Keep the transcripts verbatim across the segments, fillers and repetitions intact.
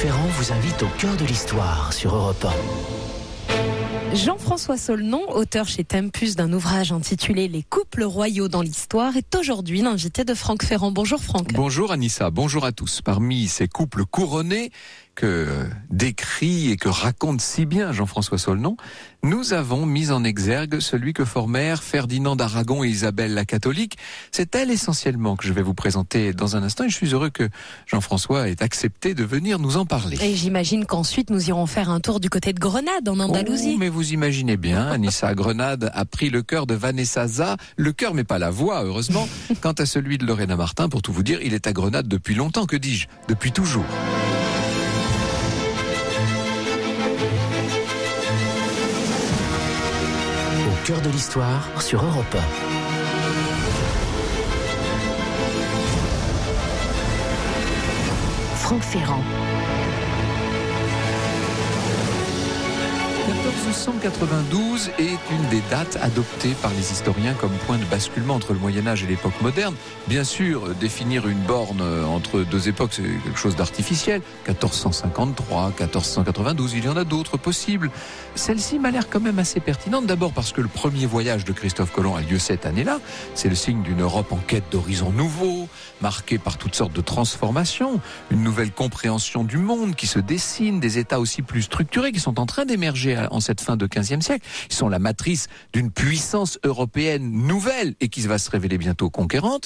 Ferrand vous invite au cœur de l'histoire sur Europe un. Jean-François Saulnon, auteur chez Tempus d'un ouvrage intitulé « Les couples royaux dans l'histoire », est aujourd'hui l'invité de Franck Ferrand. Bonjour Franck. Bonjour Anissa, bonjour à tous. Parmi ces couples couronnés que décrit et que raconte si bien Jean-François Saulnon, nous avons mis en exergue celui que formèrent Ferdinand d'Aragon et Isabelle la catholique. C'est elle essentiellement que je vais vous présenter dans un instant et je suis heureux que Jean-François ait accepté de venir nous en parler. Et j'imagine qu'ensuite nous irons faire un tour du côté de Grenade, en Andalousie. Oh, mais vous imaginez bien, Anissa, Grenade a pris le cœur de Vanessa Za, le cœur mais pas la voix, heureusement. Quant à celui de Lorena Martin, pour tout vous dire, il est à Grenade depuis longtemps, que dis-je, depuis toujours. Au cœur de l'histoire sur Europe un. Franck Ferrand. mille neuf cent quatre-vingt-douze est une des dates adoptées par les historiens comme point de basculement entre le Moyen-Âge et l'époque moderne. Bien sûr, définir une borne entre deux époques, c'est quelque chose d'artificiel. quatorze cent cinquante-trois, quatorze cent quatre-vingt-douze, il y en a d'autres possibles. Celle-ci m'a l'air quand même assez pertinente. D'abord parce que le premier voyage de Christophe Colomb a lieu cette année-là. C'est le signe d'une Europe en quête d'horizons nouveaux, marquée par toutes sortes de transformations, une nouvelle compréhension du monde qui se dessine, des États aussi plus structurés qui sont en train d'émerger en cette fin de quinzième siècle. Ils sont la matrice d'une puissance européenne nouvelle et qui va se révéler bientôt conquérante.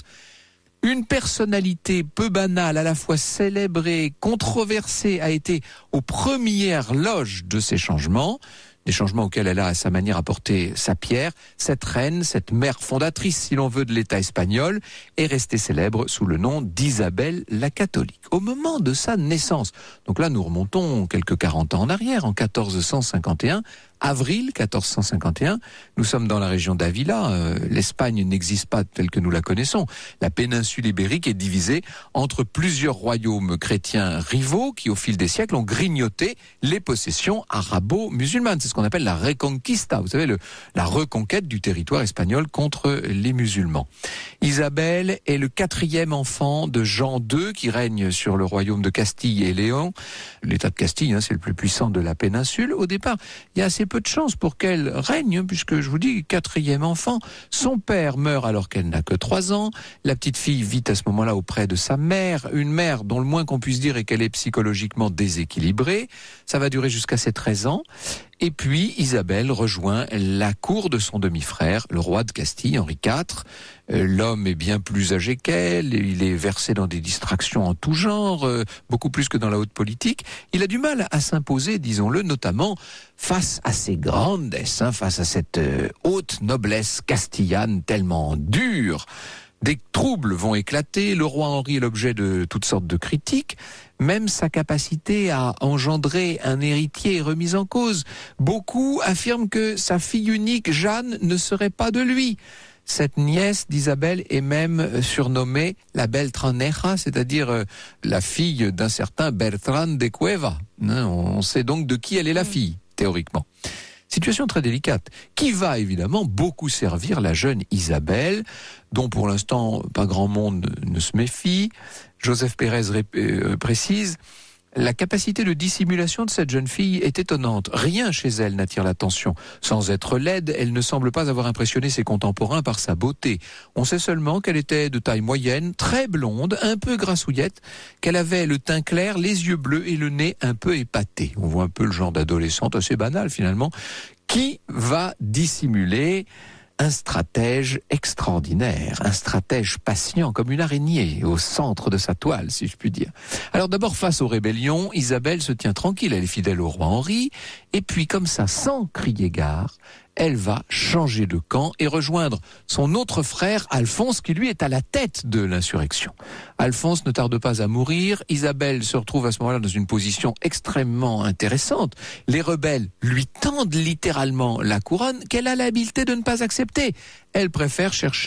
Une personnalité peu banale, à la fois célébrée, controversée, a été aux premières loges de ces changements. Des changements auxquels elle a à sa manière apporté sa pierre. Cette reine, cette mère fondatrice, si l'on veut, de l'État espagnol, est restée célèbre sous le nom d'Isabelle la catholique. Au moment de sa naissance, donc là nous remontons quelques quarante ans en arrière, en quatorze cent cinquante et un, avril quatorze cent cinquante et un, nous sommes dans la région d'Avila, euh, l'Espagne n'existe pas telle que nous la connaissons. La péninsule ibérique est divisée entre plusieurs royaumes chrétiens rivaux qui au fil des siècles ont grignoté les possessions arabo-musulmanes. C'est ce qu'on appelle la Reconquista, vous savez, le, la reconquête du territoire espagnol contre les musulmans. Isabelle est le quatrième enfant de Jean deux qui règne sur le royaume de Castille et Léon. L'État de Castille, hein, c'est le plus puissant de la péninsule. Au départ, il y a assez peu de chances pour qu'elle règne, puisque je vous dis, quatrième enfant. Son père meurt alors qu'elle n'a que trois ans. La petite fille vit à ce moment-là auprès de sa mère, une mère dont le moins qu'on puisse dire est qu'elle est psychologiquement déséquilibrée. Ça va durer jusqu'à ses treize ans. Et puis Isabelle rejoint la cour de son demi-frère, le roi de Castille, Henri quatre. Euh, l'homme est bien plus âgé qu'elle, il est versé dans des distractions en tout genre, euh, beaucoup plus que dans la haute politique. Il a du mal à s'imposer, disons-le, notamment face à ses grandes, hein, face à cette euh, haute noblesse castillane tellement dure. Des troubles vont éclater, le roi Henri est l'objet de toutes sortes de critiques, même sa capacité à engendrer un héritier est remise en cause. Beaucoup affirment que sa fille unique, Jeanne, ne serait pas de lui. Cette nièce d'Isabelle est même surnommée la Beltraneja, c'est-à-dire la fille d'un certain Bertrand de Cueva. On sait donc de qui elle est la fille, théoriquement. Situation très délicate, qui va évidemment beaucoup servir la jeune Isabelle, dont pour l'instant pas grand monde ne se méfie. Joseph Pérez ré- euh, précise, la capacité de dissimulation de cette jeune fille est étonnante. Rien chez elle n'attire l'attention. Sans être laide, elle ne semble pas avoir impressionné ses contemporains par sa beauté. On sait seulement qu'elle était de taille moyenne, très blonde, un peu grassouillette, qu'elle avait le teint clair, les yeux bleus et le nez un peu épaté. On voit un peu le genre d'adolescente assez banal finalement, qui va dissimuler un stratège extraordinaire, un stratège patient comme une araignée au centre de sa toile, si je puis dire. Alors d'abord, face aux rébellions, Isabelle se tient tranquille, elle est fidèle au roi Henri, et puis comme ça, sans crier gare, elle va changer de camp et rejoindre son autre frère Alphonse qui lui est à la tête de l'insurrection. Alphonse ne tarde pas à mourir, Isabelle se retrouve à ce moment-là dans une position extrêmement intéressante. Les rebelles lui tendent littéralement la couronne qu'elle a l'habileté de ne pas accepter. Elle préfère chercher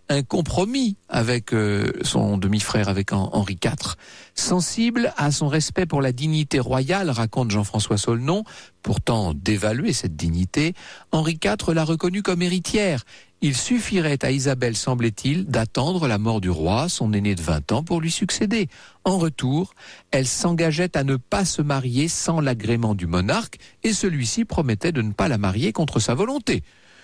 un compromis avec euh, son demi-frère, avec Henri quatre. Sensible à son respect pour la dignité royale, raconte Jean-François Saulnon, pourtant dévaluer cette dignité, Henri quatre l'a reconnue comme héritière. Il suffirait à Isabelle, semblait-il, d'attendre la mort du roi, son aîné de vingt ans, pour lui succéder. En retour, elle s'engageait à ne pas se marier sans l'agrément du monarque et celui-ci promettait de ne pas la marier contre sa volonté.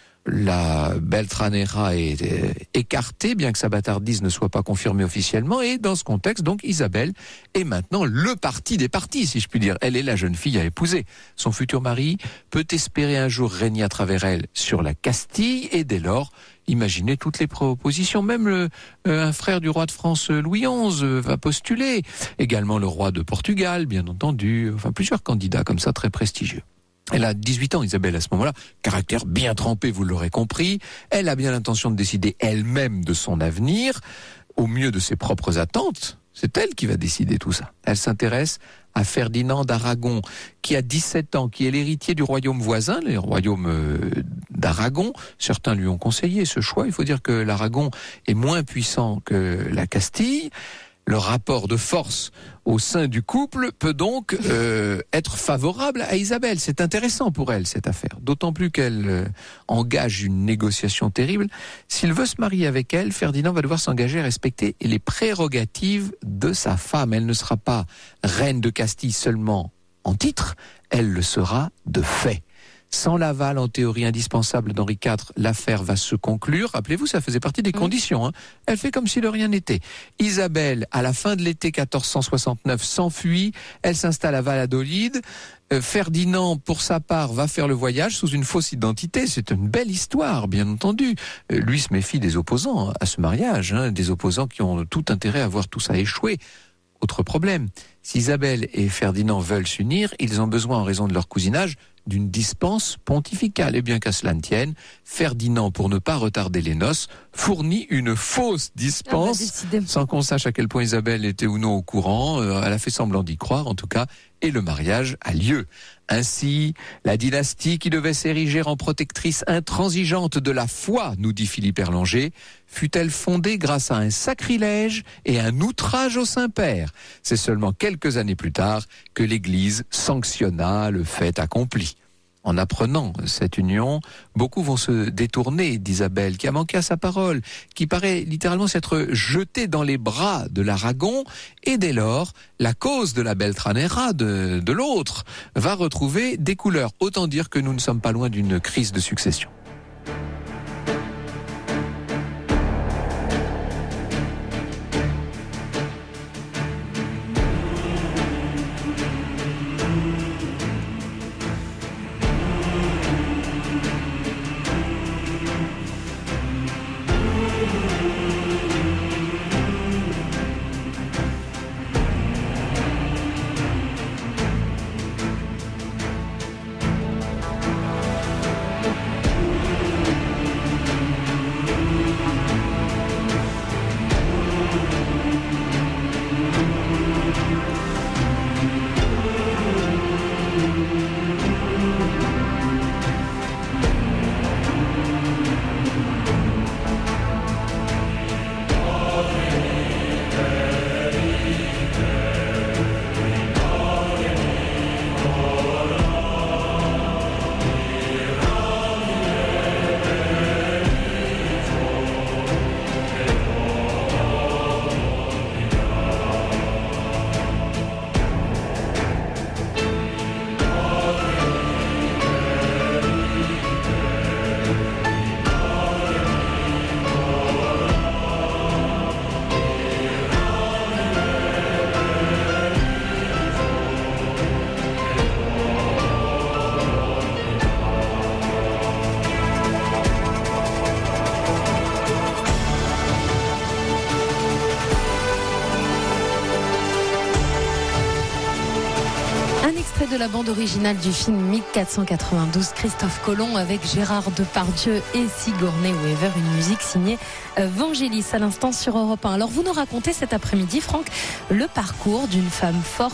La Beltranera est euh, écartée, bien que sa bâtardise ne soit pas confirmée officiellement, et dans ce contexte, donc, Isabelle est maintenant le parti des partis, si je puis dire. Elle est la jeune fille à épouser. Son futur mari peut espérer un jour régner à travers elle sur la Castille, et dès lors, imaginez toutes les propositions. Même le, euh, un frère du roi de France, Louis onze, euh, va postuler. Également le roi de Portugal, bien entendu. Enfin, plusieurs candidats comme ça, très prestigieux. Elle a dix-huit ans, Isabelle, à ce moment-là. Caractère bien trempé, vous l'aurez compris. Elle a bien l'intention de décider elle-même de son avenir, au mieux de ses propres attentes. C'est elle qui va décider tout ça. Elle s'intéresse à Ferdinand d'Aragon, qui a dix-sept ans, qui est l'héritier du royaume voisin, le royaume d'Aragon. Certains lui ont conseillé ce choix. Il faut dire que l'Aragon est moins puissant que la Castille. Le rapport de force au sein du couple peut donc euh, être favorable à Isabelle. C'est intéressant pour elle, cette affaire. D'autant plus qu'elle euh, engage une négociation terrible. S'il veut se marier avec elle, Ferdinand va devoir s'engager à respecter les prérogatives de sa femme. Elle ne sera pas reine de Castille seulement en titre, elle le sera de fait. Sans l'aval en théorie indispensable d'Henri quatre, l'affaire va se conclure. Rappelez-vous, ça faisait partie des conditions. Hein. Elle fait comme si de rien n'était. Isabelle, à la fin de l'été quatorze cent soixante-neuf, s'enfuit. Elle s'installe à Valladolid. Euh, Ferdinand, pour sa part, va faire le voyage sous une fausse identité. C'est une belle histoire, bien entendu. Euh, lui se méfie des opposants à ce mariage, hein, des opposants qui ont tout intérêt à voir tout ça échouer. Autre problème, si Isabelle et Ferdinand veulent s'unir, ils ont besoin, en raison de leur cousinage, d'une dispense pontificale. Et bien qu'à cela ne tienne, Ferdinand, pour ne pas retarder les noces, fournit une fausse dispense, ah bah, sans qu'on sache à quel point Isabelle était ou non au courant. Euh, elle a fait semblant d'y croire, en tout cas, et le mariage a lieu. Ainsi, la dynastie qui devait s'ériger en protectrice intransigeante de la foi, nous dit Philippe Erlanger, fut-elle fondée grâce à un sacrilège et un outrage au Saint-Père. C'est seulement quelques années plus tard que l'Église sanctionna le fait accompli. En apprenant cette union, beaucoup vont se détourner d'Isabelle, qui a manqué à sa parole, qui paraît littéralement s'être jetée dans les bras de l'Aragon, et dès lors, la cause de la Beltranera, de, de l'autre, va retrouver des couleurs. Autant dire que nous ne sommes pas loin d'une crise de succession. De la bande originale du film mille quatre cent quatre-vingt-douze, Christophe Colomb avec Gérard Depardieu et Sigourney Weaver, une musique signée Vangelis à l'instant sur Europe un. Alors vous nous racontez cet après-midi, Franck, le parcours d'une femme forte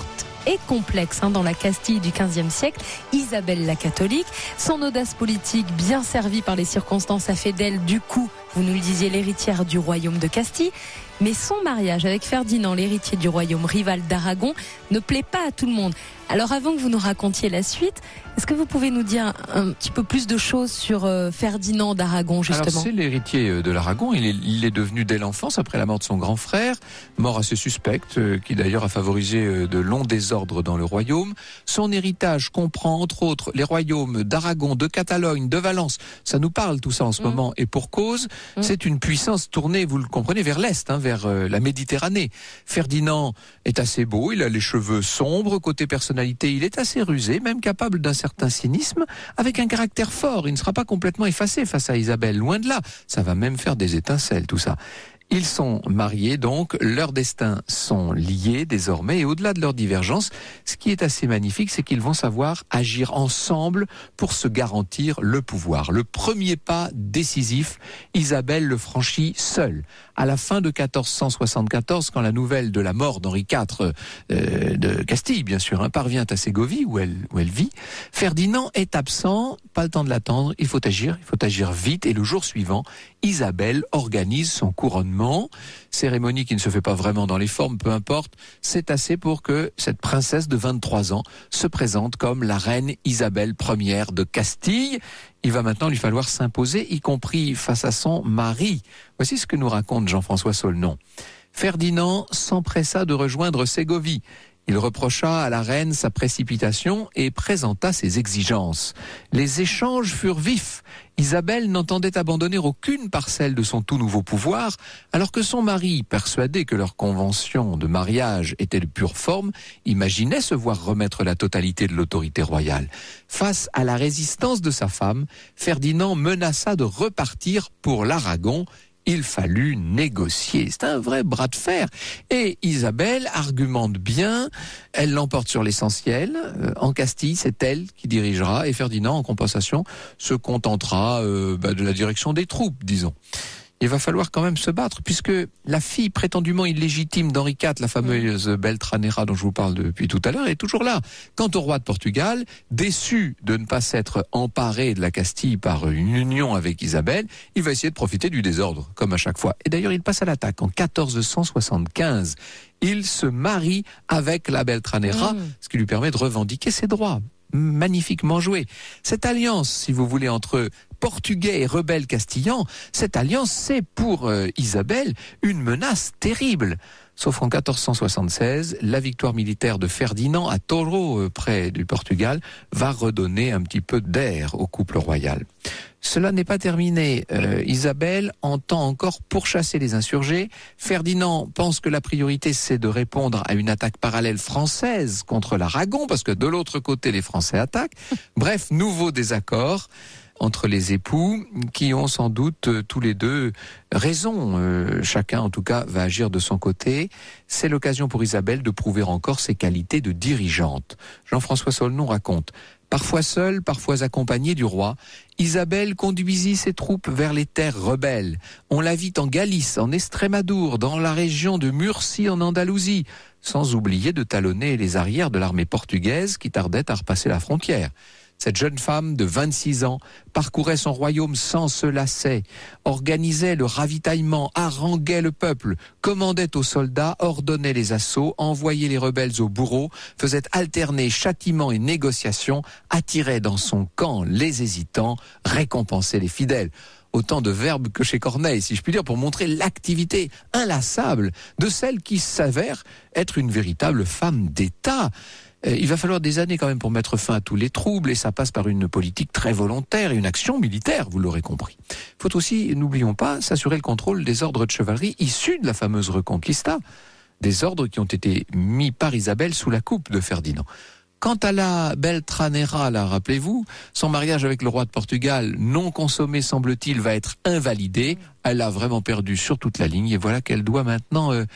et complexe hein, dans la Castille du quinzième siècle. Isabelle la catholique, son audace politique bien servie par les circonstances a fait d'elle du coup, vous nous le disiez, l'héritière du royaume de Castille. Mais son mariage avec Ferdinand, l'héritier du royaume rival d'Aragon, ne plaît pas à tout le monde. Alors avant que vous nous racontiez la suite, est-ce que vous pouvez nous dire un petit peu plus de choses sur euh, Ferdinand d'Aragon, justement? Alors c'est l'héritier de l'Aragon, il est, il est devenu dès l'enfance, après la mort de son grand frère, mort assez suspecte, euh, qui d'ailleurs a favorisé euh, de longs désordres dans le royaume. Son héritage comprend entre autres les royaumes d'Aragon, de Catalogne, de Valence. Ça nous parle tout ça en ce mmh. moment, et pour cause, mmh. c'est une puissance tournée, vous le comprenez, vers l'Est, hein, vers euh, la Méditerranée. Ferdinand est assez beau, il a les cheveux sombres, côté personnalité, il est assez rusé, même capable d'un certain cynisme, avec un caractère fort. Il ne sera pas complètement effacé face à Isabelle, loin de là. Ça va même faire des étincelles, tout ça. Ils sont mariés donc, leurs destins sont liés désormais, et au-delà de leurs divergences, ce qui est assez magnifique, c'est qu'ils vont savoir agir ensemble pour se garantir le pouvoir. Le premier pas décisif, Isabelle le franchit seule. À la fin de quatorze cent soixante-quatorze, quand la nouvelle de la mort d'Henri quatre euh, de Castille, bien sûr, hein, parvient à Ségovie, où elle, où elle vit, Ferdinand est absent, pas le temps de l'attendre, il faut agir, il faut agir vite, et le jour suivant, Isabelle organise son couronnement, cérémonie qui ne se fait pas vraiment dans les formes, peu importe, c'est assez pour que cette princesse de vingt-trois ans se présente comme la reine Isabelle première de Castille. Il va maintenant lui falloir s'imposer, y compris face à son mari. Voici ce que nous raconte Jean-François Saulnon. Ferdinand s'empressa de rejoindre Ségovie. Il reprocha à la reine sa précipitation et présenta ses exigences. Les échanges furent vifs. Isabelle n'entendait abandonner aucune parcelle de son tout nouveau pouvoir, alors que son mari, persuadé que leur convention de mariage était de pure forme, imaginait se voir remettre la totalité de l'autorité royale. Face à la résistance de sa femme, Ferdinand menaça de repartir pour l'Aragon. Il fallut négocier. C'est un vrai bras de fer. Et Isabelle argumente bien. Elle l'emporte sur l'essentiel. Euh, en Castille, c'est elle qui dirigera. Et Ferdinand, en compensation, se contentera euh, bah, de la direction des troupes, disons. Il va falloir quand même se battre, puisque la fille prétendument illégitime d'Henri quatre, la fameuse Beltranera dont je vous parle depuis tout à l'heure, est toujours là. Quant au roi de Portugal, déçu de ne pas s'être emparé de la Castille par une union avec Isabelle, il va essayer de profiter du désordre, comme à chaque fois. Et d'ailleurs, il passe à l'attaque en quatorze cent soixante-quinze. Il se marie avec la Beltranera, mmh. ce qui lui permet de revendiquer ses droits. Magnifiquement joué. Cette alliance, si vous voulez, entre Portugais et rebelles castillans, cette alliance, c'est pour euh, Isabelle une menace terrible. Sauf qu'en quatorze cent soixante-seize, la victoire militaire de Ferdinand à Toro, euh, près du Portugal, va redonner un petit peu d'air au couple royal. Cela n'est pas terminé. Euh, Isabelle entend encore pourchasser les insurgés. Ferdinand pense que la priorité, c'est de répondre à une attaque parallèle française contre l'Aragon, parce que de l'autre côté, les Français attaquent. Bref, nouveau désaccord entre les époux, qui ont sans doute euh, tous les deux raison. Euh, chacun, en tout cas, va agir de son côté. C'est l'occasion pour Isabelle de prouver encore ses qualités de dirigeante. Jean-François Saulnon raconte: parfois seule, parfois accompagnée du roi, Isabelle conduisit ses troupes vers les terres rebelles. On la vit en Galice, en Estrémadour, dans la région de Murcie en Andalousie, sans oublier de talonner les arrières de l'armée portugaise qui tardait à repasser la frontière. Cette jeune femme de vingt-six ans parcourait son royaume sans se lasser, organisait le ravitaillement, haranguait le peuple, commandait aux soldats, ordonnait les assauts, envoyait les rebelles au bourreau, faisait alterner châtiment et négociation, attirait dans son camp les hésitants, récompensait les fidèles. Autant de verbes que chez Corneille, si je puis dire, pour montrer l'activité inlassable de celle qui s'avère être une véritable femme d'État. Il va falloir des années quand même pour mettre fin à tous les troubles, et ça passe par une politique très volontaire et une action militaire, vous l'aurez compris. Il faut aussi, n'oublions pas, s'assurer le contrôle des ordres de chevalerie issus de la fameuse Reconquista, des ordres qui ont été mis par Isabelle sous la coupe de Ferdinand. Quant à la Beltranera, là, rappelez-vous, son mariage avec le roi de Portugal, non consommé semble-t-il, va être invalidé. Elle a vraiment perdu sur toute la ligne, et voilà qu'elle doit maintenant euh,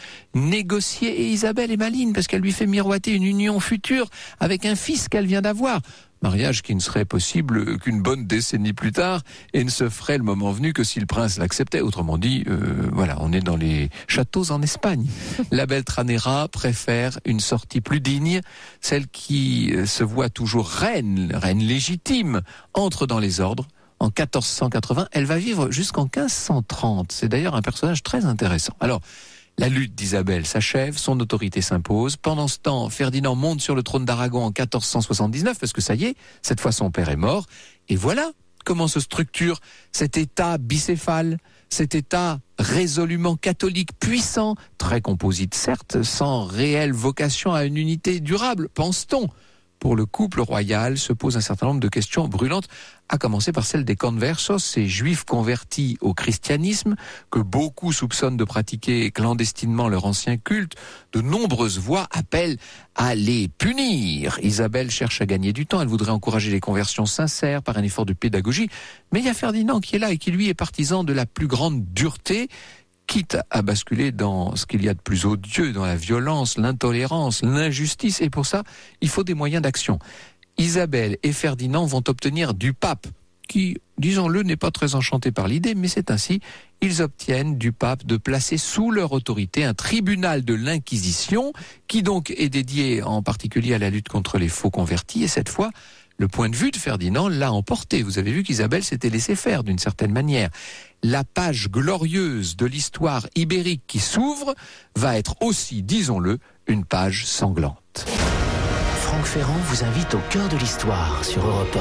négocier. Et Isabelle est maligne, parce qu'elle lui fait miroiter une union future avec un fils qu'elle vient d'avoir. Mariage qui ne serait possible qu'une bonne décennie plus tard et ne se ferait le moment venu que si le prince l'acceptait. Autrement dit, euh, voilà, on est dans les châteaux en Espagne. La Beltranera préfère une sortie plus digne, celle qui se voit toujours reine, reine légitime, entre dans les ordres. En quatorze cent quatre-vingts, elle va vivre jusqu'en quinze cent trente. C'est d'ailleurs un personnage très intéressant. Alors, la lutte d'Isabelle s'achève, son autorité s'impose. Pendant ce temps, Ferdinand monte sur le trône d'Aragon en quatorze cent soixante-dix-neuf, parce que ça y est, cette fois son père est mort. Et voilà comment se structure cet État bicéphale, cet État résolument catholique, puissant, très composite certes, sans réelle vocation à une unité durable, pense-t-on. Pour le couple royal se pose un certain nombre de questions brûlantes, à commencer par celle des conversos, ces juifs convertis au christianisme, que beaucoup soupçonnent de pratiquer clandestinement leur ancien culte. De nombreuses voix appellent à les punir. Isabelle cherche à gagner du temps, elle voudrait encourager les conversions sincères par un effort de pédagogie, mais il y a Ferdinand qui est là et qui lui est partisan de la plus grande dureté, quitte à basculer dans ce qu'il y a de plus odieux, dans la violence, l'intolérance, l'injustice, et pour ça, il faut des moyens d'action. Isabelle et Ferdinand vont obtenir du pape, qui, disons-le, n'est pas très enchanté par l'idée, mais c'est ainsi, ils obtiennent du pape de placer sous leur autorité un tribunal de l'Inquisition, qui donc est dédié en particulier à la lutte contre les faux convertis, et cette fois, le point de vue de Ferdinand l'a emporté. Vous avez vu qu'Isabelle s'était laissée faire d'une certaine manière. La page glorieuse de l'histoire ibérique qui s'ouvre va être aussi, disons-le, une page sanglante. Franck Ferrand vous invite au cœur de l'histoire sur Europe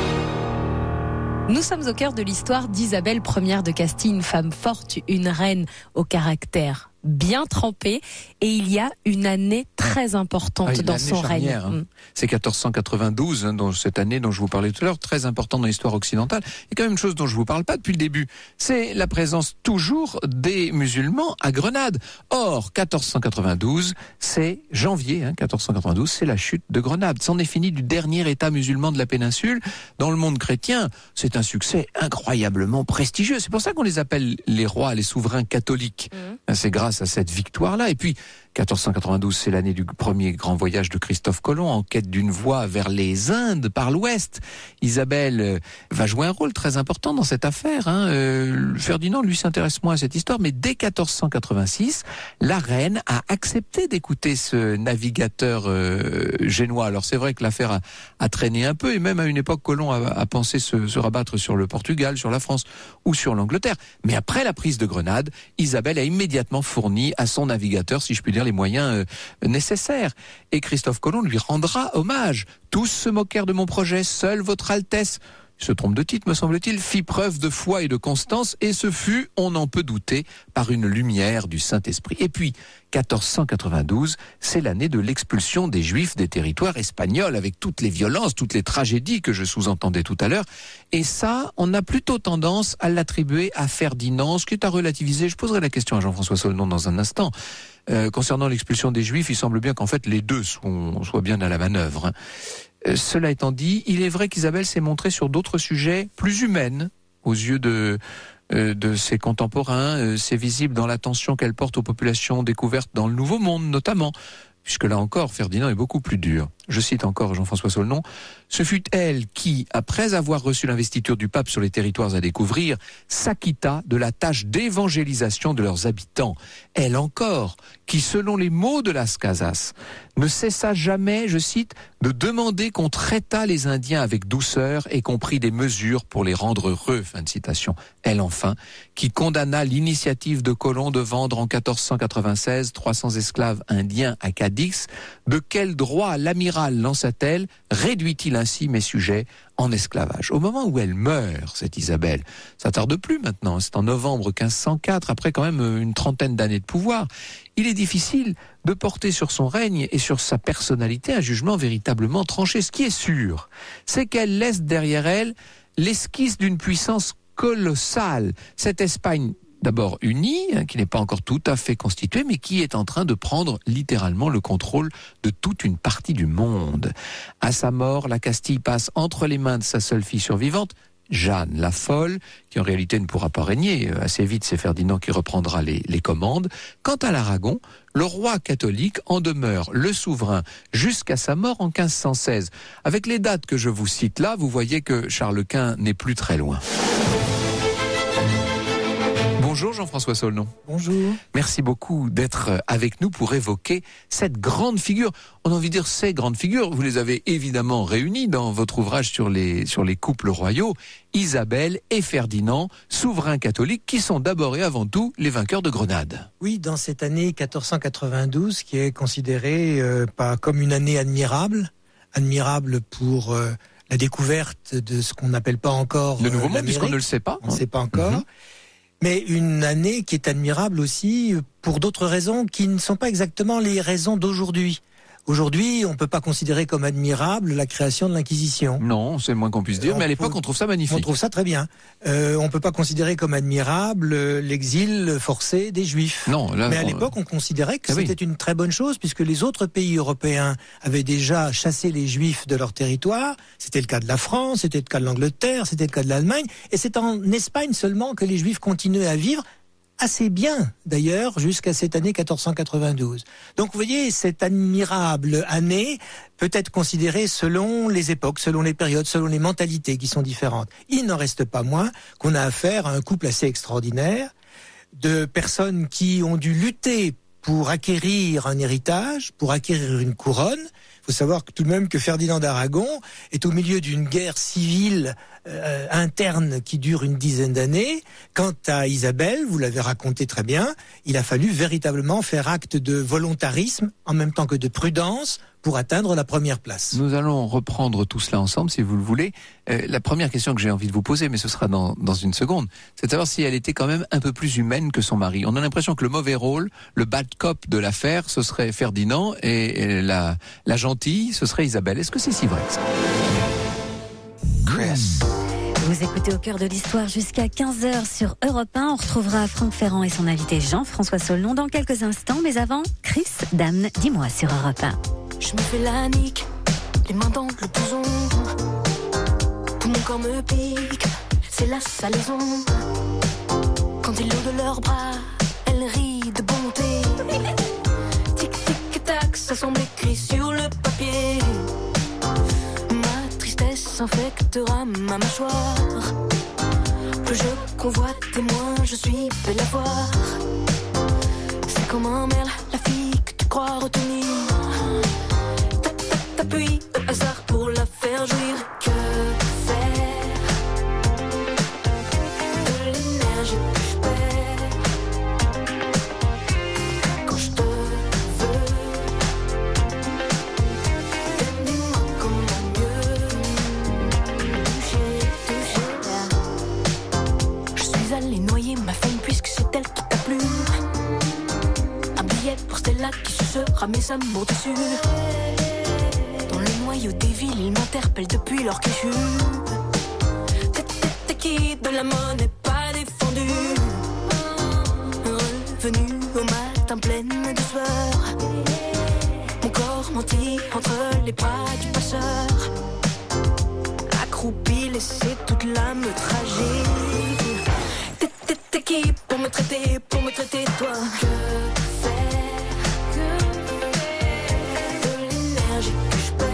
un. Nous sommes au cœur de l'histoire d'Isabelle première de Castille, une femme forte, une reine au caractère bien trempé, et il y a une année très importante ah, dans son règne. Hein. C'est quatorze cent quatre-vingt-douze, hein, dans cette année dont je vous parlais tout à l'heure, très importante dans l'histoire occidentale. Et quand même une chose dont je vous parle pas depuis le début, c'est la présence toujours des musulmans à Grenade. Or, quatorze cent quatre-vingt-douze, c'est janvier, hein, quatorze cent quatre-vingt-douze, c'est la chute de Grenade. C'en est fini du dernier État musulman de la péninsule. Dans le monde chrétien, c'est un succès incroyablement prestigieux. C'est pour ça qu'on les appelle les rois, les souverains catholiques. Mmh. C'est grâce à cette victoire-là. Et puis, quatorze cent quatre-vingt-douze, c'est l'année du premier grand voyage de Christophe Colomb en quête d'une voie vers les Indes par l'ouest. Isabelle euh, va jouer un rôle très important dans cette affaire. Hein. Euh, Ferdinand, lui, s'intéresse moins à cette histoire, mais dès quatorze cent quatre-vingt-six, la reine a accepté d'écouter ce navigateur euh, génois. Alors c'est vrai que l'affaire a, a traîné un peu, et même à une époque, Colomb a, a pensé se, se rabattre sur le Portugal, sur la France ou sur l'Angleterre. Mais après la prise de Grenade, Isabelle a immédiatement fourni à son navigateur, si je puis dire, les moyens euh, nécessaires. Et Christophe Colomb lui rendra hommage. Tous se moquèrent de mon projet, seule votre Altesse, il se trompe de titre, me semble-t-il, fit preuve de foi et de constance, et ce fut, on n'en peut douter, par une lumière du Saint-Esprit. Et puis, quatorze cent quatre-vingt-douze, c'est l'année de l'expulsion des Juifs des territoires espagnols, avec toutes les violences, toutes les tragédies que je sous-entendais tout à l'heure. Et ça, on a plutôt tendance à l'attribuer à Ferdinand, ce qui est à relativiser. Je poserai la question à Jean-François Solnon dans un instant. Euh, concernant l'expulsion des Juifs, il semble bien qu'en fait les deux sont, soient bien à la manœuvre. Hein. Euh, cela étant dit, il est vrai qu'Isabelle s'est montrée sur d'autres sujets plus humaines aux yeux de, euh, de ses contemporains. Euh, c'est visible dans l'attention qu'elle porte aux populations découvertes dans le Nouveau Monde notamment, puisque là encore, Ferdinand est beaucoup plus dur. Je cite encore Jean-François Solnon, « Ce fut elle qui, après avoir reçu l'investiture du pape sur les territoires à découvrir, s'acquitta de la tâche d'évangélisation de leurs habitants. Elle encore, qui, selon les mots de Las Casas, ne cessa jamais, je cite, de demander qu'on traitât les Indiens avec douceur et qu'on prît des mesures pour les rendre heureux. » Fin de citation. Elle enfin, qui condamna l'initiative de Colomb de vendre en quatorze cent quatre-vingt-seize trois cents esclaves indiens à Cadix. De quel droit l'amiral lança-t-elle, réduit-il ainsi mes sujets en esclavage? Au moment où elle meurt, cette Isabelle, ça tarde plus maintenant, c'est en novembre quinze cent quatre, après quand même une trentaine d'années de pouvoir, il est difficile de porter sur son règne et sur sa personnalité un jugement véritablement tranché. Ce qui est sûr, c'est qu'elle laisse derrière elle l'esquisse d'une puissance colossale. Cette Espagne d'abord unie, hein, qui n'est pas encore tout à fait constituée, mais qui est en train de prendre littéralement le contrôle de toute une partie du monde. À sa mort, la Castille passe entre les mains de sa seule fille survivante, Jeanne la folle, qui en réalité ne pourra pas régner. Assez vite, c'est Ferdinand qui reprendra les, les commandes. Quant à l'Aragon, le roi catholique en demeure le souverain jusqu'à sa mort en quinze cent seize. Avec les dates que je vous cite là, vous voyez que Charles Quint n'est plus très loin. Bonjour Jean-François Saulnon. Bonjour. Merci beaucoup d'être avec nous pour évoquer cette grande figure. On a envie de dire ces grandes figures. Vous les avez évidemment réunies dans votre ouvrage sur les, sur les couples royaux. Isabelle et Ferdinand, souverains catholiques, qui sont d'abord et avant tout les vainqueurs de Grenade. Oui, dans cette année quatorze cent quatre-vingt-douze, qui est considérée euh, pas comme une année admirable, admirable pour euh, la découverte de ce qu'on n'appelle pas encore le Nouveau euh, Monde, puisqu'on ne le sait pas. On ne sait pas encore. Mm-hmm. Mais une année qui est admirable aussi pour d'autres raisons qui ne sont pas exactement les raisons d'aujourd'hui. Aujourd'hui, on ne peut pas considérer comme admirable la création de l'Inquisition. Non, c'est le moins qu'on puisse dire, on mais à l'époque, on trouve ça magnifique. On trouve ça très bien. Euh, on ne peut pas considérer comme admirable l'exil forcé des Juifs. Non, là, mais à on... l'époque, on considérait que ah c'était oui. une très bonne chose, puisque les autres pays européens avaient déjà chassé les Juifs de leur territoire. C'était le cas de la France, c'était le cas de l'Angleterre, c'était le cas de l'Allemagne. Et c'est en Espagne seulement que les Juifs continuaient à vivre, assez bien d'ailleurs jusqu'à cette année quatorze cent quatre-vingt-douze. Donc vous voyez, cette admirable année peut être considérée selon les époques, selon les périodes, selon les mentalités qui sont différentes. Il n'en reste pas moins qu'on a affaire à un couple assez extraordinaire de personnes qui ont dû lutter pour acquérir un héritage, pour acquérir une couronne. Il faut savoir que tout de même que Ferdinand d'Aragon est au milieu d'une guerre civile euh, interne qui dure une dizaine d'années. Quant à Isabelle, vous l'avez raconté très bien, il a fallu véritablement faire acte de volontarisme en même temps que de prudence pour atteindre la première place. Nous allons reprendre tout cela ensemble, si vous le voulez. Euh, la première question que j'ai envie de vous poser, mais ce sera dans, dans une seconde, c'est de savoir si elle était quand même un peu plus humaine que son mari. On a l'impression que le mauvais rôle, le bad cop de l'affaire, ce serait Ferdinand, et, et la, la gentille, ce serait Isabelle. Est-ce que c'est si vrai que ça ? Chris. Vous écoutez Au cœur de l'histoire jusqu'à quinze heures sur Europe un. On retrouvera Franck Ferrand et son invité Jean-François Saulnon dans quelques instants. Mais avant, Chris, Damn, dis-moi sur Europe un. Je me fais la nique, les mains dans le blouson. Tout mon corps me pique, c'est la salaison. Quand ils l'ont de leurs bras, elle rit de bonté. Tic tic tac, ça semble écrit sur le papier. Ma tristesse infectera ma mâchoire. Plus je convoite et moins je suis belle à voir. C'est comme un merle, la fille que tu crois retenir. T'appuies au hasard pour la faire jouir. Que faire de l'énergie que je perds quand je te veux? Dis-moi comment mieux toucher, toucher. Je suis allée noyer ma femme puisque c'est elle qui t'a plu. Un billet pour Stella qui se sera mes amours dessus. Noyau des villes, ils m'interpellent depuis leur cachut. T'es qui de la monnaie pas défendue. Revenu au matin pleine de sueur. Mon corps menti entre les bras du passeur. Accroupi, laissé toute l'âme tragique. T'es qui pour me traiter, pour me traiter toi? Que faire de l'énergie que je perds?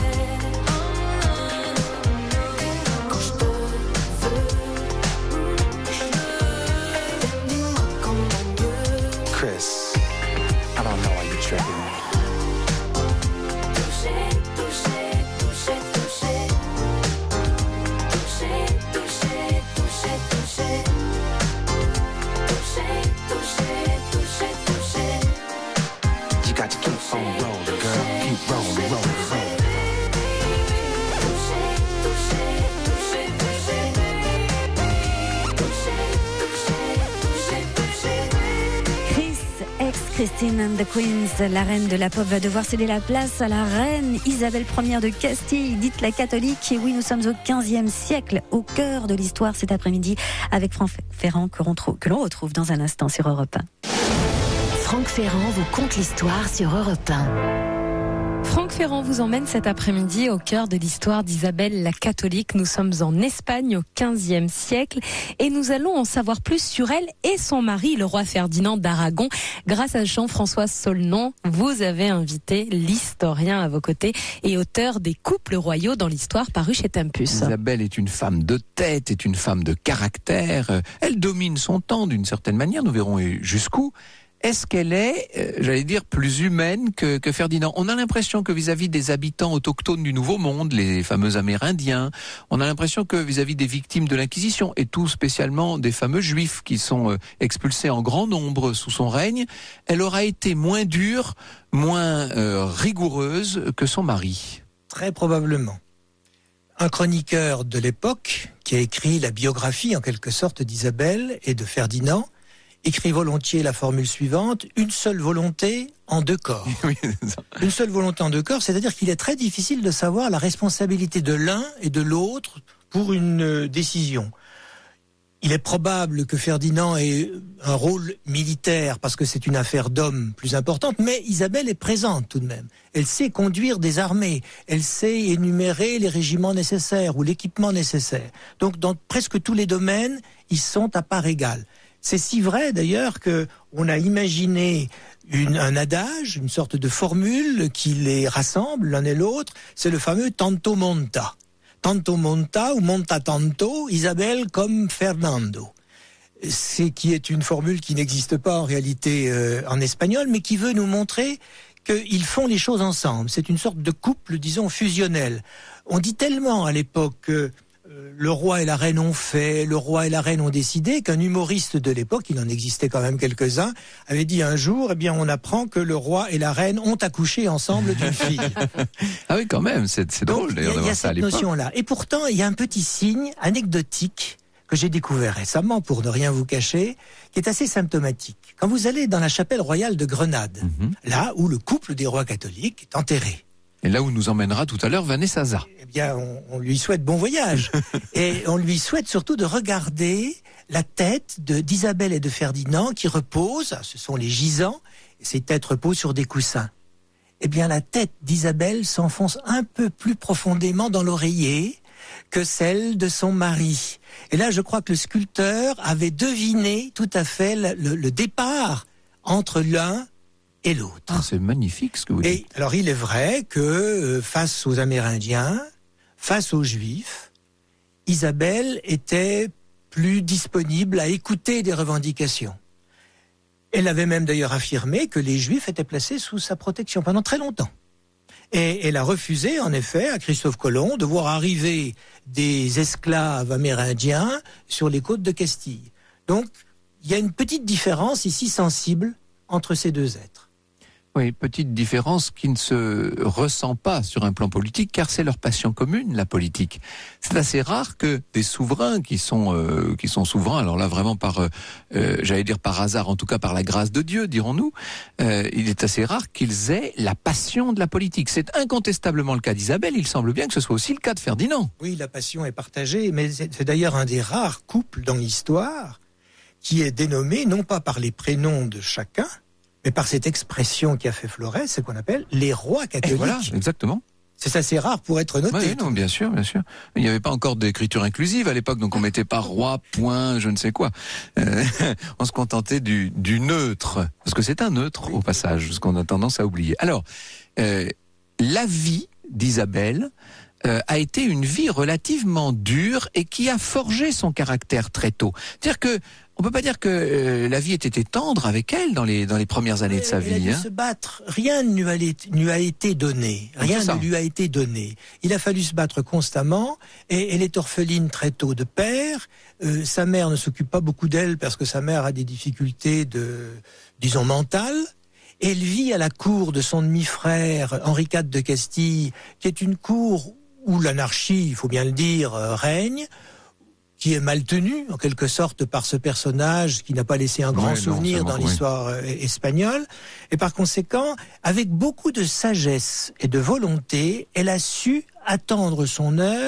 Chris, I don't know why you're tripping me. Toucher, toucher, toucher, toucher. Toucher, toucher, toucher, toucher. Toucher, toucher, toucher, toucher. You got to keep on rolling, girl. Keep rolling, rolling, rolling. Toucher, toucher, toucher, toucher. Toucher, toucher, toucher, toucher. Chris, ex-Christine and the Queens, la reine de la pop va devoir céder la place à la reine Isabelle première de Castille, dite la catholique. Et oui, nous sommes au quinzième siècle, au cœur de l'histoire cet après-midi, avec Franck Ferrand que l'on retrouve, que l'on retrouve dans un instant sur Europe un. Franck Ferrand vous conte l'histoire sur Europe un. Franck Ferrand vous emmène cet après-midi au cœur de l'histoire d'Isabelle la catholique. Nous sommes en Espagne au quinzième siècle et nous allons en savoir plus sur elle et son mari, le roi Ferdinand d'Aragon. Grâce à Jean-François Saulnon, vous avez invité l'historien à vos côtés et auteur des couples royaux dans l'histoire paru chez Tempus. Isabelle est une femme de tête, est une femme de caractère. Elle domine son temps d'une certaine manière, nous verrons jusqu'où. Est-ce qu'elle est, euh, j'allais dire, plus humaine que, que Ferdinand ? On a l'impression que vis-à-vis des habitants autochtones du Nouveau Monde, les fameux Amérindiens, on a l'impression que vis-à-vis des victimes de l'Inquisition, et tout spécialement des fameux Juifs qui sont euh, expulsés en grand nombre sous son règne, elle aura été moins dure, moins euh, rigoureuse que son mari. Très probablement. Un chroniqueur de l'époque, qui a écrit la biographie en quelque sorte d'Isabelle et de Ferdinand, écrit volontiers la formule suivante, une seule volonté en deux corps. Oui, une seule volonté en deux corps, c'est-à-dire qu'il est très difficile de savoir la responsabilité de l'un et de l'autre pour une décision. Il est probable que Ferdinand ait un rôle militaire parce que c'est une affaire d'homme plus importante, mais Isabelle est présente tout de même. Elle sait conduire des armées, elle sait énumérer les régiments nécessaires ou l'équipement nécessaire. Donc dans presque tous les domaines, ils sont à part égale. C'est si vrai d'ailleurs que on a imaginé une, un adage, une sorte de formule qui les rassemble l'un et l'autre. C'est le fameux tanto monta. Tanto monta ou monta tanto, Isabelle comme Fernando. C'est qui est une formule qui n'existe pas en réalité euh, en espagnol, mais qui veut nous montrer qu'ils font les choses ensemble. C'est une sorte de couple, disons, fusionnel. On dit tellement à l'époque que le roi et la reine ont fait, le roi et la reine ont décidé, qu'un humoriste de l'époque, il en existait quand même quelques-uns, avait dit un jour, eh bien, on apprend que le roi et la reine ont accouché ensemble d'une fille. Ah oui, quand même, c'est, c'est drôle d'ailleurs d'avoir ça à l'époque. Il y a cette notion-là. Et pourtant, il y a un petit signe anecdotique que j'ai découvert récemment, pour ne rien vous cacher, qui est assez symptomatique. Quand vous allez dans la chapelle royale de Grenade, mm-hmm. là où le couple des rois catholiques est enterré, et là où nous emmènera tout à l'heure Vanessa Za. Eh bien, on, on lui souhaite bon voyage. Et on lui souhaite surtout de regarder la tête de, d'Isabelle et de Ferdinand qui reposent, ce sont les gisants, et ces têtes reposent sur des coussins. Eh bien, la tête d'Isabelle s'enfonce un peu plus profondément dans l'oreiller que celle de son mari. Et là, je crois que le sculpteur avait deviné tout à fait le, le, le départ entre l'un et l'autre. Ah, c'est magnifique ce que vous dites. Et alors il est vrai que euh, face aux Amérindiens, face aux Juifs, Isabelle était plus disponible à écouter des revendications. Elle avait même d'ailleurs affirmé que les Juifs étaient placés sous sa protection pendant très longtemps. Et elle a refusé, en effet, à Christophe Colomb de voir arriver des esclaves amérindiens sur les côtes de Castille. Donc, il y a une petite différence ici sensible entre ces deux êtres. Oui, petite différence qui ne se ressent pas sur un plan politique, car c'est leur passion commune, la politique. C'est assez rare que des souverains qui sont euh, qui sont souverains, alors là vraiment par, euh, j'allais dire par hasard, en tout cas par la grâce de Dieu, dirons-nous, euh, il est assez rare qu'ils aient la passion de la politique. C'est incontestablement le cas d'Isabelle, il semble bien que ce soit aussi le cas de Ferdinand. Oui, la passion est partagée, mais c'est, c'est d'ailleurs un des rares couples dans l'histoire qui est dénommé non pas par les prénoms de chacun, mais par cette expression qui a fait Florès, c'est qu'on appelle les rois catholiques. Et voilà, exactement. C'est assez rare pour être noté. Oui, non, bien sûr, bien sûr. Il n'y avait pas encore d'écriture inclusive à l'époque, donc on mettait pas roi, point, je ne sais quoi. Euh, on se contentait du, du neutre, parce que c'est un neutre, oui, au passage, ce qu'on a tendance à oublier. Alors, euh, la vie d'Isabelle euh, a été une vie relativement dure et qui a forgé son caractère très tôt. C'est-à-dire que on peut pas dire que euh, la vie ait été tendre avec elle dans les dans les premières années de sa vie. Elle a dû hein. se battre. Rien ne lui a, lui a été donné. Rien ne lui a été donné. Il a fallu se battre constamment. Et elle est orpheline très tôt de père. Euh, sa mère ne s'occupe pas beaucoup d'elle parce que sa mère a des difficultés de, disons, mentales. Elle vit à la cour de son demi-frère Henri quatre de Castille, qui est une cour où l'anarchie, il faut bien le dire, euh, règne, qui est mal tenu, en quelque sorte, par ce personnage qui n'a pas laissé un grand ouais, souvenir non, dans l'histoire oui. espagnole. Et par conséquent, avec beaucoup de sagesse et de volonté, elle a su attendre son heure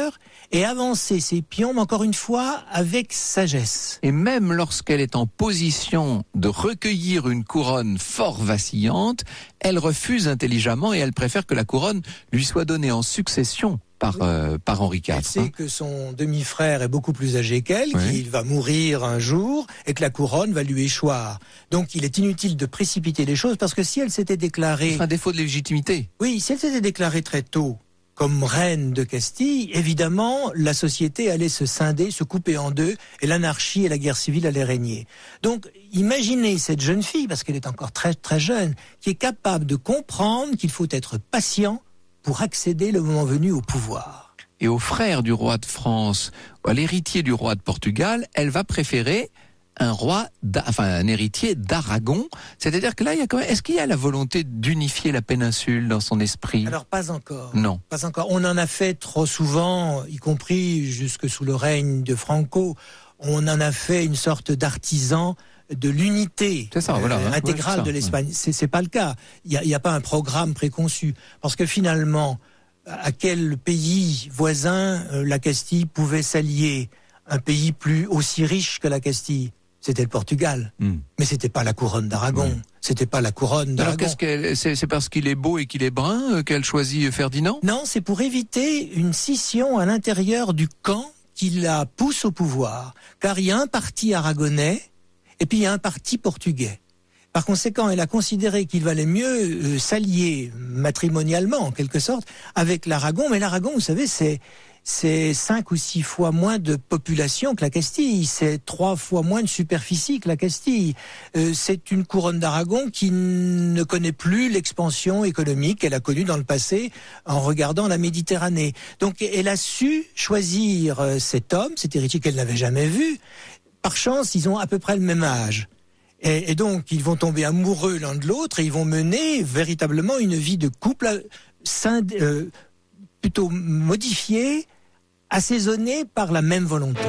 et avancer ses pions, mais encore une fois, avec sagesse. Et même lorsqu'elle est en position de recueillir une couronne fort vacillante, elle refuse intelligemment et elle préfère que la couronne lui soit donnée en succession par, oui. euh, par Henri quatre. Elle sait hein. que son demi-frère est beaucoup plus âgé qu'elle, oui. qu'il va mourir un jour et que la couronne va lui échoir. Donc il est inutile de précipiter les choses parce que si elle s'était déclarée... C'est un défaut de légitimité. Oui, si elle s'était déclarée très tôt comme reine de Castille, évidemment, la société allait se scinder, se couper en deux, et l'anarchie et la guerre civile allaient régner. Donc, imaginez cette jeune fille, parce qu'elle est encore très très jeune, qui est capable de comprendre qu'il faut être patient pour accéder le moment venu au pouvoir. Et au frère du roi de France, à l'héritier du roi de Portugal, elle va préférer un roi, enfin un héritier d'Aragon. C'est-à-dire que là, il y a quand même, est-ce qu'il y a la volonté d'unifier la péninsule dans son esprit? Alors pas encore. Non. Pas encore. On en a fait trop souvent, y compris jusque sous le règne de Franco. On en a fait une sorte d'artisan de l'unité c'est ça, voilà, euh, hein, intégrale ouais, de l'Espagne. Ouais. C'est, c'est pas le cas. Il y a, il y a pas un programme préconçu. Parce que finalement, à quel pays voisin euh, la Castille pouvait s'allier? Un pays plus aussi riche que la Castille? C'était le Portugal, mm. mais c'était pas la couronne d'Aragon. Mm. C'était pas la couronne d'Aragon. Alors qu'est-ce qu'elle, c'est, c'est parce qu'il est beau et qu'il est brun euh, qu'elle choisit Ferdinand? Non, c'est pour éviter une scission à l'intérieur du camp qui la pousse au pouvoir. Car il y a un parti aragonais et puis il y a un parti portugais. Par conséquent, elle a considéré qu'il valait mieux euh, s'allier matrimonialement, en quelque sorte, avec l'Aragon. Mais l'Aragon, vous savez, c'est c'est cinq ou six fois moins de population que la Castille, c'est trois fois moins de superficie que la Castille. Euh, c'est une couronne d'Aragon qui ne connaît plus l'expansion économique qu'elle a connue dans le passé en regardant la Méditerranée. Donc elle a su choisir cet homme, cet héritier qu'elle n'avait jamais vu. Par chance, ils ont à peu près le même âge. Et, et donc, ils vont tomber amoureux l'un de l'autre et ils vont mener véritablement une vie de couple scindé, euh, plutôt modifiée, assaisonnée par la même volonté.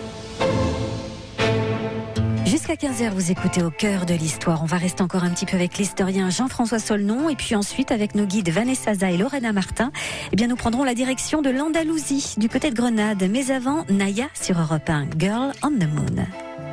Jusqu'à quinze heures, vous écoutez Au cœur de l'histoire. On va rester encore un petit peu avec l'historien Jean-François Solnon et puis ensuite avec nos guides Vanessa Za et Lorena Martin. Eh bien, nous prendrons la direction de l'Andalousie, du côté de Grenade. Mais avant, Naya sur Europe un, Girl on the Moon.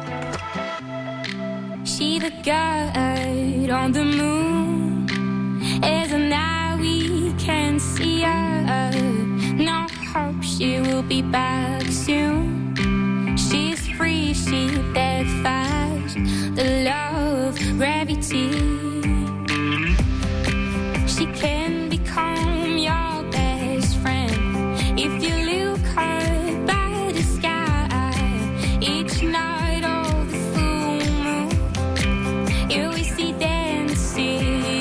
She the girl on the moon, as now we can see her. No hope she will be back soon. She's free, she dead fast. The love gravity. She can become your best friend if you look her by the sky each night of the full moon. You will see dancing.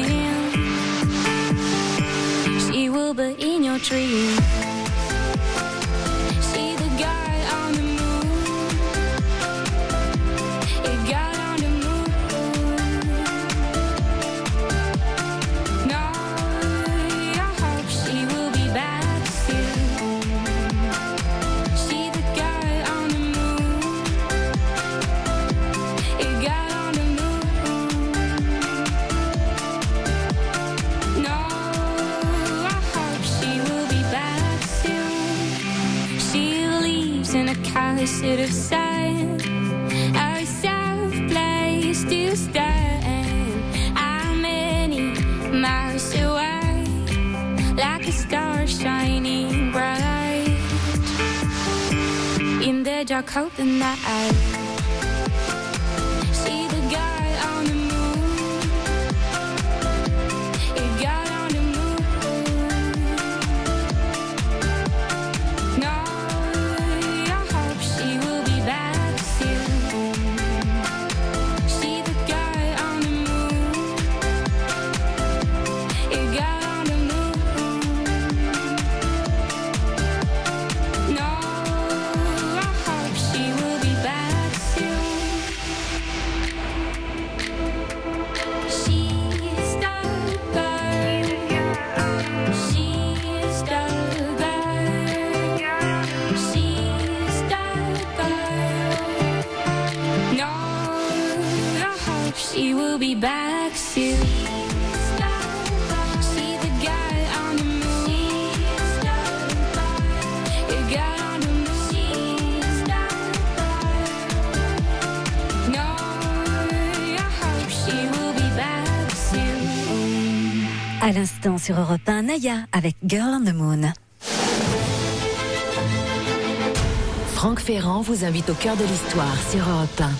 She will be in your dream. Closet of sand, our safe place to stand. I'm many miles away, like a star shining bright in the dark of the night. See the guy on the moon, a guy on the moon. No. Back À l'instant sur Europe un, Naya avec Girl on the Moon. Franck Ferrand vous invite au cœur de l'histoire sur Europe un.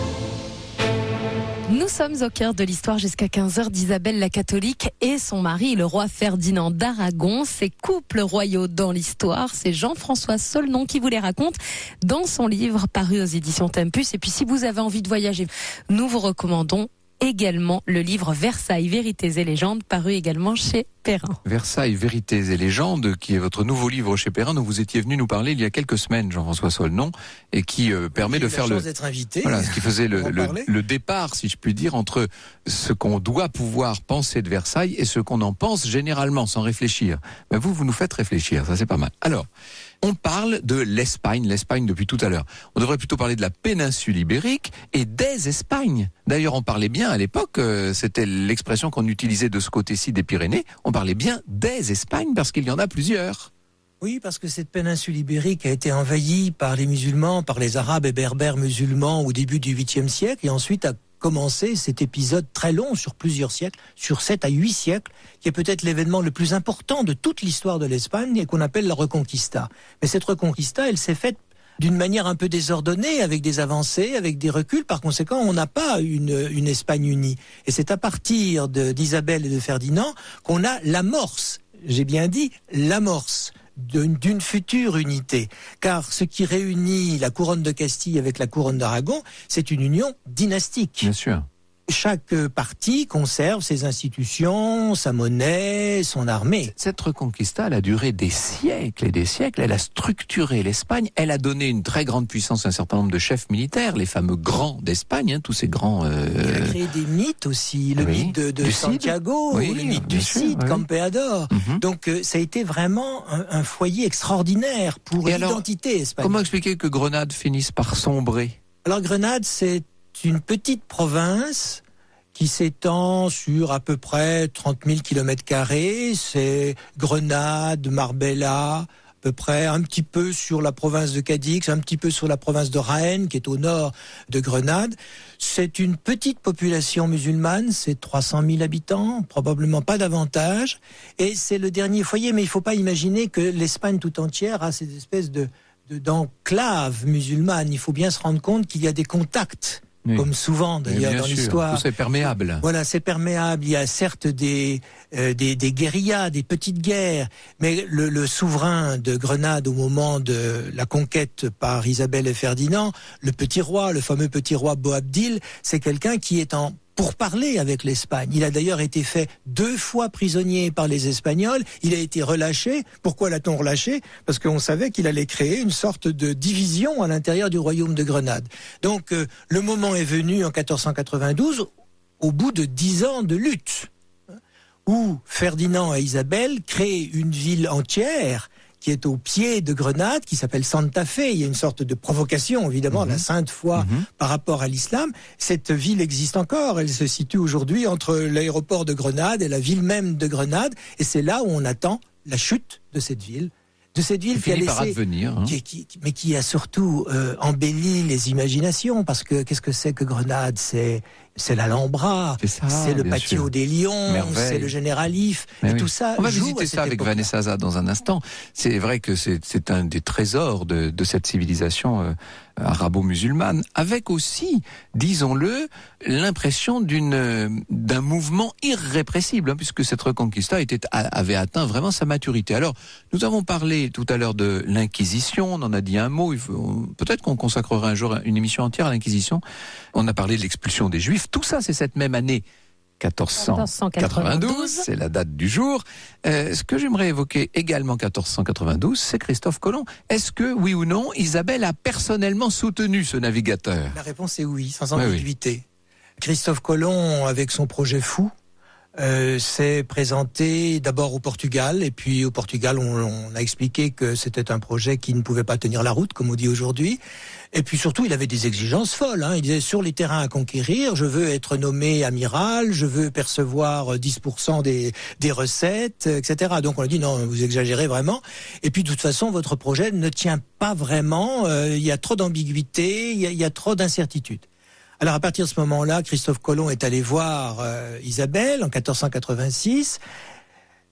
Nous sommes au cœur de l'histoire jusqu'à quinze heures d'Isabelle la catholique et son mari, le roi Ferdinand d'Aragon. Ces couples royaux dans l'histoire, c'est Jean-François Saulnon qui vous les raconte dans son livre paru aux éditions Tempus. Et puis si vous avez envie de voyager, nous vous recommandons également le livre Versailles, Vérités et légendes, paru également chez Perrin. Versailles, Vérités et légendes, qui est votre nouveau livre chez Perrin, dont vous étiez venu nous parler il y a quelques semaines, Jean-François Saulnon, et qui euh, permet de faire le, d'être invité, voilà, ce qui faisait le, le, le départ, si je puis dire, entre ce qu'on doit pouvoir penser de Versailles et ce qu'on en pense généralement, sans réfléchir. Mais vous, vous nous faites réfléchir, ça c'est pas mal. Alors, on parle de l'Espagne, l'Espagne depuis tout à l'heure. On devrait plutôt parler de la péninsule ibérique et des Espagnes. D'ailleurs, on parlait bien à l'époque, euh, c'était l'expression qu'on utilisait de ce côté-ci des Pyrénées, on parlait bien des Espagnes parce qu'il y en a plusieurs. Oui, parce que cette péninsule ibérique a été envahie par les musulmans, par les Arabes et Berbères musulmans au début du huitième siècle et ensuite a commencé cet épisode très long sur plusieurs siècles, sur sept à huit siècles, qui est peut-être l'événement le plus important de toute l'histoire de l'Espagne et qu'on appelle la Reconquista. Mais cette Reconquista, elle s'est faite d'une manière un peu désordonnée, avec des avancées, avec des reculs. Par conséquent, on n'a pas une, une Espagne unie. Et c'est à partir de, d'Isabelle et de Ferdinand qu'on a l'amorce, j'ai bien dit l'amorce, d'une future unité. Car ce qui réunit la couronne de Castille avec la couronne d'Aragon, c'est une union dynastique. Bien sûr. Chaque parti conserve ses institutions, sa monnaie, son armée. Cette reconquista, elle a duré des siècles et des siècles. Elle a structuré l'Espagne. Elle a donné une très grande puissance à un certain nombre de chefs militaires, les fameux grands d'Espagne, hein, tous ces grands... Euh... Elle a créé des mythes aussi. Le oui. mythe de, de Santiago, oui, le mythe du sûr, Cid, oui. Campeador. Mm-hmm. Donc euh, ça a été vraiment un, un foyer extraordinaire pour et l'identité espagnole. Comment expliquer que Grenade finisse par sombrer ? Alors Grenade, c'est une petite province qui s'étend sur à peu près trente mille kilomètres carrés. C'est Grenade, Marbella, à peu près un petit peu sur la province de Cadix, un petit peu sur la province de Jaén, qui est au nord de Grenade. C'est une petite population musulmane, c'est trois cent mille habitants, probablement pas davantage. Et c'est le dernier foyer, mais il ne faut pas imaginer que l'Espagne tout entière a ces espèces de, de, d'enclaves musulmanes. Il faut bien se rendre compte qu'il y a des contacts. Oui. Comme souvent d'ailleurs dans l'histoire. Tout c'est perméable. Voilà, c'est perméable. Il y a certes des, euh, des, des guérillas, des petites guerres, mais le, le souverain de Grenade au moment de la conquête par Isabelle et Ferdinand, le petit roi, le fameux petit roi Boabdil, c'est quelqu'un qui est en pour parler avec l'Espagne. Il a d'ailleurs été fait deux fois prisonnier par les Espagnols. Il a été relâché. Pourquoi l'a-t-on relâché ? Parce qu'on savait qu'il allait créer une sorte de division à l'intérieur du royaume de Grenade. Donc euh, le moment est venu en quatorze cent quatre-vingt-douze, au bout de dix ans de lutte, où Ferdinand et Isabelle créent une ville entière qui est au pied de Grenade, qui s'appelle Santa Fe. Il y a une sorte de provocation, évidemment, mmh. la sainte foi mmh. par rapport à l'islam. Cette ville existe encore. Elle se situe aujourd'hui entre l'aéroport de Grenade et la ville même de Grenade. Et c'est là où on attend la chute de cette ville. De cette ville qui a laissé, par advenir, hein. qui, qui, mais qui a surtout euh, embelli les imaginations, parce que qu'est-ce que c'est que Grenade ? C'est c'est l'Alhambra, c'est, ça, c'est le patio sûr. des Lions, Merveille. C'est le Généralif, mais et oui. tout ça. On va joue visiter ça avec époque-là. Vanessa Zah dans un instant. C'est vrai que c'est, c'est un des trésors de, de cette civilisation euh, arabo-musulmane, avec aussi, disons-le, l'impression d'une d'un mouvement irrépressible, hein, puisque cette reconquista était, avait atteint vraiment sa maturité. Alors, nous avons parlé tout à l'heure de l'Inquisition, on en a dit un mot, il faut, peut-être qu'on consacrera un jour une émission entière à l'Inquisition. On a parlé de l'expulsion des Juifs. Tout ça, c'est cette même année quatorze cent quatre-vingt-douze, c'est la date du jour. Euh, ce que j'aimerais évoquer également quatorze cent quatre-vingt-douze, c'est Christophe Colomb. Est-ce que, oui ou non, Isabelle a personnellement soutenu ce navigateur ? La réponse est oui, sans ambiguïté. Oui, oui. Christophe Colomb, avec son projet fou, euh, s'est présenté d'abord au Portugal, et puis au Portugal, on, on a expliqué que c'était un projet qui ne pouvait pas tenir la route, comme on dit aujourd'hui. Et puis surtout, il avait des exigences folles. Hein. Il disait, sur les terrains à conquérir, je veux être nommé amiral, je veux percevoir dix pour cent des, des recettes, et cetera. Donc on a dit, non, vous exagérez vraiment. Et puis de toute façon, votre projet ne tient pas vraiment. Euh, il y a trop d'ambiguïté, il y a, il y a trop d'incertitudes. Alors à partir de ce moment-là, Christophe Colomb est allé voir euh, Isabelle en quatorze cent quatre-vingt-six.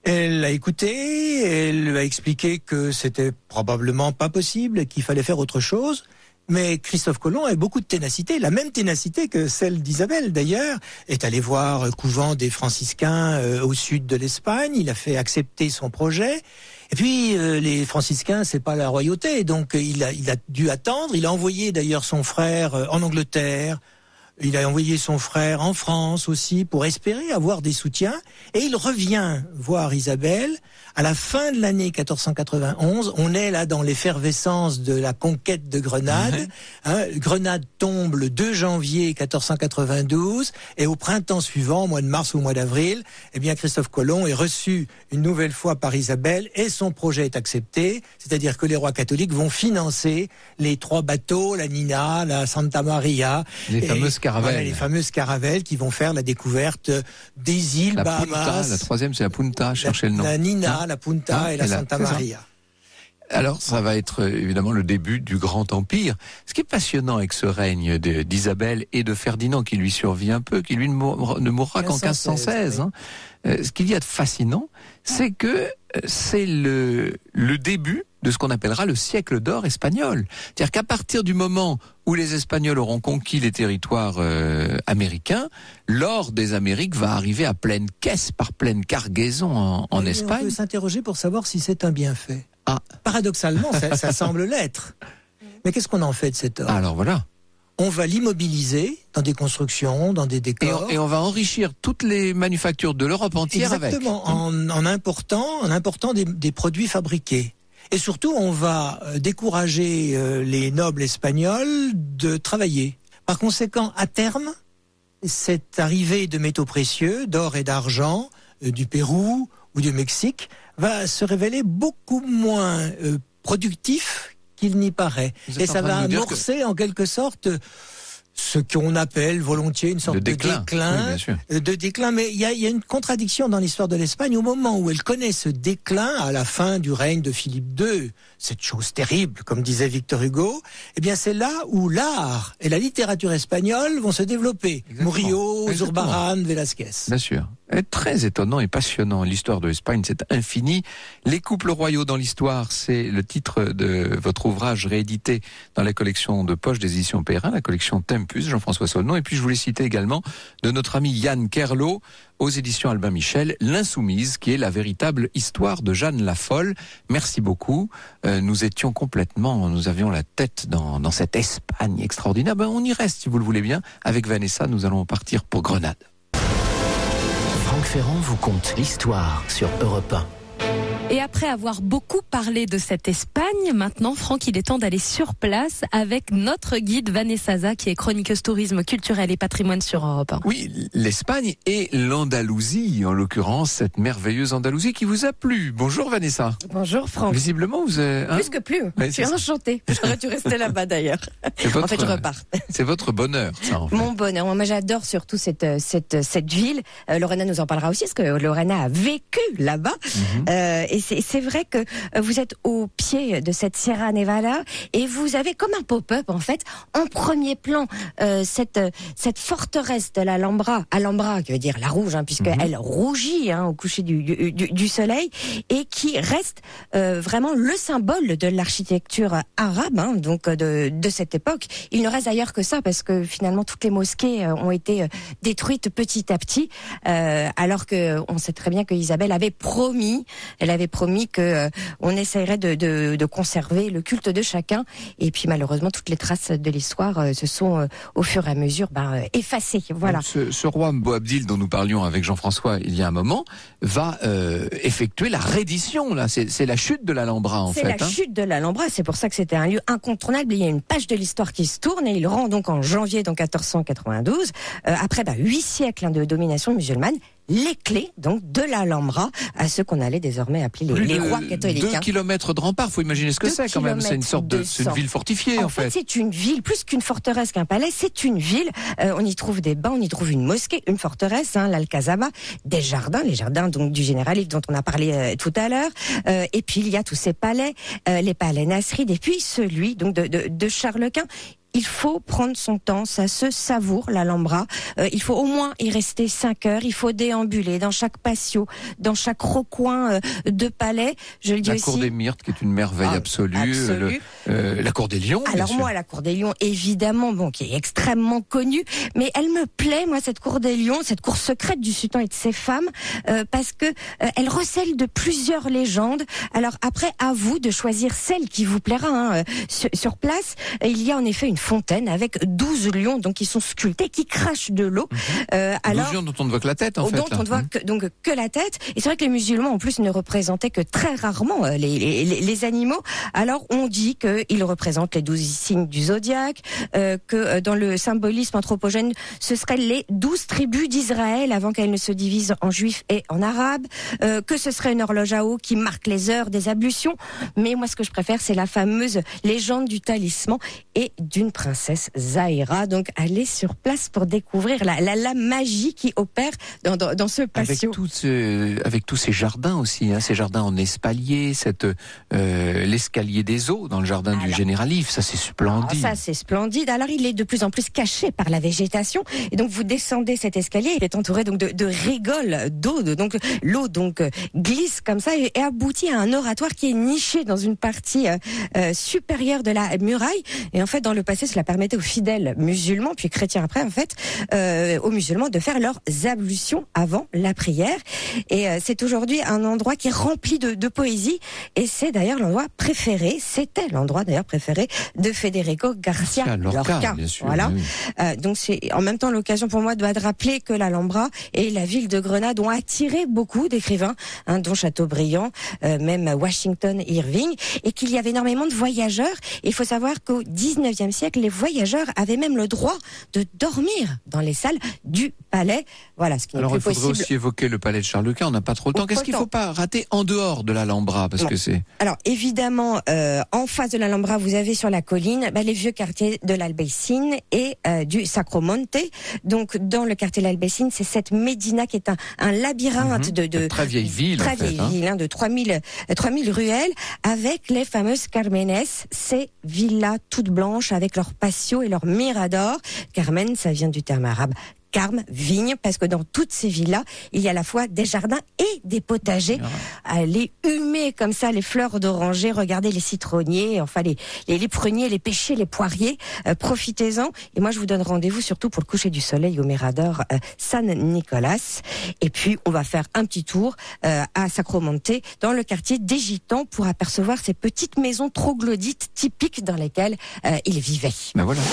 Elle l'a écouté, elle lui a expliqué que c'était probablement pas possible, qu'il fallait faire autre chose. Mais Christophe Colomb a beaucoup de ténacité, la même ténacité que celle d'Isabelle d'ailleurs, est allé voir couvent des franciscains euh, au sud de l'Espagne, il a fait accepter son projet. Et puis euh, les franciscains, c'est pas la royauté, donc il a, il a dû attendre. Il a envoyé d'ailleurs son frère euh, en Angleterre. Il a envoyé son frère en France aussi pour espérer avoir des soutiens. Et il revient voir Isabelle à la fin de l'année quatorze cent quatre-vingt-onze. On est là dans l'effervescence de la conquête de Grenade. Hein, Grenade tombe le deux janvier quatorze cent quatre-vingt-douze. Et au printemps suivant, au mois de mars ou au mois d'avril, eh bien Christophe Colomb est reçu une nouvelle fois par Isabelle et son projet est accepté. C'est-à-dire que les rois catholiques vont financer les trois bateaux, la Nina, la Santa Maria. Les fameuses caravelles. Voilà, les fameuses caravelles qui vont faire la découverte des îles la Bahamas. Punta, la troisième, c'est la Punta, cherchez le nom. La Nina, hein la Punta hein et la et Santa la, Maria. Alors, ça va être euh, évidemment le début du Grand Empire. Ce qui est passionnant avec ce règne de- d'Isabelle et de Ferdinand, qui lui survit un peu, qui lui ne, mourra, ne mourra qu'en quinze cent seize. Hein. Euh, ce qu'il y a de fascinant, c'est que euh, c'est le, le début de ce qu'on appellera le siècle d'or espagnol. C'est-à-dire qu'à partir du moment où les Espagnols auront conquis les territoires euh, américains, l'or des Amériques va arriver à pleine caisse, par pleine cargaison en, en Et Espagne. On peut s'interroger pour savoir si c'est un bienfait. Ah. Paradoxalement, ça, ça semble l'être. Mais qu'est-ce qu'on en fait de cet or? Alors voilà. On va l'immobiliser dans des constructions, dans des Et décors. on, et on va enrichir toutes les manufactures de l'Europe entière Exactement, avec. en, en important, en important des, des produits fabriqués. Et surtout, on va euh, décourager euh, les nobles espagnols de travailler. Par conséquent, à terme, cette arrivée de métaux précieux, d'or et d'argent, euh, du Pérou ou du Mexique, va se révéler beaucoup moins euh, productif qu'il n'y paraît. Vous êtes Et en ça train de va nous dire amorcer en quelque sorte ce qu'on appelle volontiers une sorte Le de déclin. déclin, Oui, bien sûr. euh, de déclin. Mais il y a, il y a une contradiction dans l'histoire de l'Espagne. Au moment où elle connaît ce déclin, à la fin du règne de Philippe deux, cette chose terrible, comme disait Victor Hugo, eh bien c'est là où l'art et la littérature espagnole vont se développer. Exactement. Murillo, Exactement. Zurbarán, Velázquez. Bien sûr. Et très étonnant et passionnant. L'histoire de l'Espagne, c'est infini. Les couples royaux dans l'histoire, c'est le titre de votre ouvrage réédité dans la collection de poche des éditions Perrin, la collection Tempus, Jean-François Saulnon. Et puis je voulais citer également de notre ami Yann Kerlo aux éditions Albin Michel, L'Insoumise, qui est la véritable histoire de Jeanne la Folle. Merci beaucoup. Euh, nous étions complètement, nous avions la tête dans, dans cette Espagne extraordinaire. Ben, on y reste, si vous le voulez bien. Avec Vanessa, nous allons partir pour Grenade. Franck Ferrand vous conte l'histoire sur Europe un. Et après avoir beaucoup parlé de cette Espagne, maintenant, Franck, il est temps d'aller sur place avec notre guide Vanessa Za, qui est chroniqueuse tourisme culturel et patrimoine sur Europe un. Oui, l'Espagne et l'Andalousie, en l'occurrence, cette merveilleuse Andalousie qui vous a plu. Bonjour Vanessa. Bonjour Franck. Visiblement, vous avez... hein Plus que plus. Ouais, je suis c'est ça. enchantée. J'aurais dû rester là-bas d'ailleurs. C'est votre- En fait, je repars. C'est votre bonheur, ça, en fait. Mon bonheur. Moi, j'adore surtout cette cette cette ville. Euh, Lorena nous en parlera aussi, parce que Lorena a vécu là-bas. Mhm. Euh, et c'est c'est vrai que euh, vous êtes au pied de cette Sierra Nevada et vous avez comme un pop-up en fait en premier plan euh, cette cette forteresse de l'Alhambra, Alhambra qui veut dire la rouge, hein, puisque Mhm. elle rougit hein, au coucher du, du, du, du soleil, et qui reste euh, vraiment le symbole de l'architecture arabe, hein, donc de de cette époque. Il ne reste d'ailleurs que ça, parce que finalement toutes les mosquées euh, ont été euh, détruites petit à petit, euh, alors que on sait très bien que Isabelle avait promis, elle avait promis que euh, on essayerait de, de, de conserver le culte de chacun. Et puis malheureusement, toutes les traces de l'histoire euh, se sont euh, au fur et à mesure ben, euh, effacées. Voilà. Donc, ce, ce roi Boabdil dont nous parlions avec Jean-François il y a un moment va euh, effectuer la reddition. Là, c'est c'est la chute de l'Alhambra en C'est fait. la hein. chute de l'Alhambra, c'est pour ça que c'était un lieu incontournable. Il y a une page de l'histoire qui se tourne, et il rend donc en janvier donc quatorze cent quatre-vingt-douze, euh, après bah, huit siècles hein, de domination musulmane, les clés donc de l'Alhambra à ceux qu'on allait désormais appeler les, Plus les de rois catholiques. Deux hein. kilomètres de rempart, faut imaginer ce que Deux c'est quand même. C'est une sorte de, c'est une kilomètres ville fortifiée en, En fait, c'est une ville, plus qu'une forteresse qu'un palais, c'est une ville. Euh, on y trouve des bains, on y trouve une mosquée, une forteresse, hein, l'Alcazaba, des jardins, les jardins donc du général Yves dont on a parlé euh, tout à l'heure. Euh, et puis il y a tous ces palais, euh, les palais Nasrid, et puis celui donc de, de, de Charles Quint. il faut prendre son temps, ça se savoure l'Alhambra. Euh, il faut au moins y rester cinq heures. Il faut déambuler dans chaque patio, dans chaque recoin euh, de palais. Je le dis la aussi. Cour des Myrtes, qui est une merveille Ah, absolue. absolue. Le, euh, la Cour des Lions. Alors bien moi, sûr. la Cour des Lions, évidemment, bon, qui est extrêmement connue, mais elle me plaît, moi, cette Cour des Lions, cette cour secrète du sultan et de ses femmes, euh, parce que euh, elle recèle de plusieurs légendes. Alors après, à vous de choisir celle qui vous plaira. Hein. Sur, sur place, il y a en effet une fontaine avec douze lions, donc qui sont sculptés, qui crachent de l'eau. Mmh. Euh, alors, douze lions dont on ne voit que la tête, en fait. dont là. on ne voit Mmh. que, donc que la tête. Et c'est vrai que les musulmans, en plus, ne représentaient que très rarement euh, les, les, les animaux. Alors on dit qu'ils représentent les douze signes du zodiaque, euh, que euh, dans le symbolisme anthropogène, ce seraient les douze tribus d'Israël avant qu'elles ne se divisent en juifs et en arabes, euh, que ce serait une horloge à eau qui marque les heures des ablutions. Mais moi, ce que je préfère, c'est la fameuse légende du talisman et d'une princesse Zahira. Donc allez sur place pour découvrir la, la, la magie qui opère dans, dans, dans ce Avec, patio. tout ce, avec tous ces jardins aussi, hein, ces jardins en espalier, cette, euh, l'escalier des eaux dans le jardin Alors, du Général-Yves, ça c'est splendide. Ah, ça c'est splendide. Alors il est de plus en plus caché par la végétation et donc vous descendez cet escalier, il est entouré donc de, de rigoles d'eau, de, donc l'eau donc euh, glisse comme ça et, et aboutit à un oratoire qui est niché dans une partie euh, euh, supérieure de la muraille. Et en fait dans le passé cela permettait aux fidèles musulmans puis chrétiens après en fait euh, aux musulmans de faire leurs ablutions avant la prière. Et euh, c'est aujourd'hui un endroit qui est rempli de, de poésie et c'est d'ailleurs l'endroit préféré, c'était l'endroit d'ailleurs préféré de Federico Garcia Garcia Lorca, Lorca. bien sûr, Voilà. oui. Euh, donc c'est en même temps l'occasion pour moi de, de rappeler que l'Alhambra et la ville de Grenade ont attiré beaucoup d'écrivains, hein, dont Chateaubriand, euh, même Washington Irving, et qu'il y avait énormément de voyageurs. Et il faut savoir qu'au dix-neuvième siècle, les voyageurs avaient même le droit de dormir dans les salles du palais. Voilà, ce qui n'est Alors plus il faudrait possible. aussi évoquer le palais de Charles Quint, on n'a pas trop le temps. Pas Qu'est-ce le qu'il ne faut temps. pas rater en dehors de l'Alhambra, parce Non. que c'est... Alors évidemment, euh, en face de l'Alhambra, vous avez sur la colline bah, les vieux quartiers de l'Albaicín et euh, du Sacromonte. Donc dans le quartier de l'Albaicín, c'est cette médina qui est un, un labyrinthe Mhm. de, de Une très vieille ville, très en fait, vieille hein. ville, hein, de trois mille ruelles, avec les fameuses Carmenes, ces villas toutes blanches avec leurs patios et leurs miradors. Carmen, ça vient du terme arabe Carme, vigne, parce que dans toutes ces villas, il y a à la fois des jardins et des potagers. Ah. Les humer comme ça, les fleurs d'oranger, regardez les citronniers, enfin les, les, les pruniers, les pêchers, les poiriers, euh, profitez-en. Et moi, je vous donne rendez-vous surtout pour le coucher du soleil au Mirador euh, San Nicolas. Et puis, on va faire un petit tour euh, à Sacromonte, dans le quartier des Gitans, pour apercevoir ces petites maisons troglodytes typiques dans lesquelles euh, ils vivaient. Ben voilà.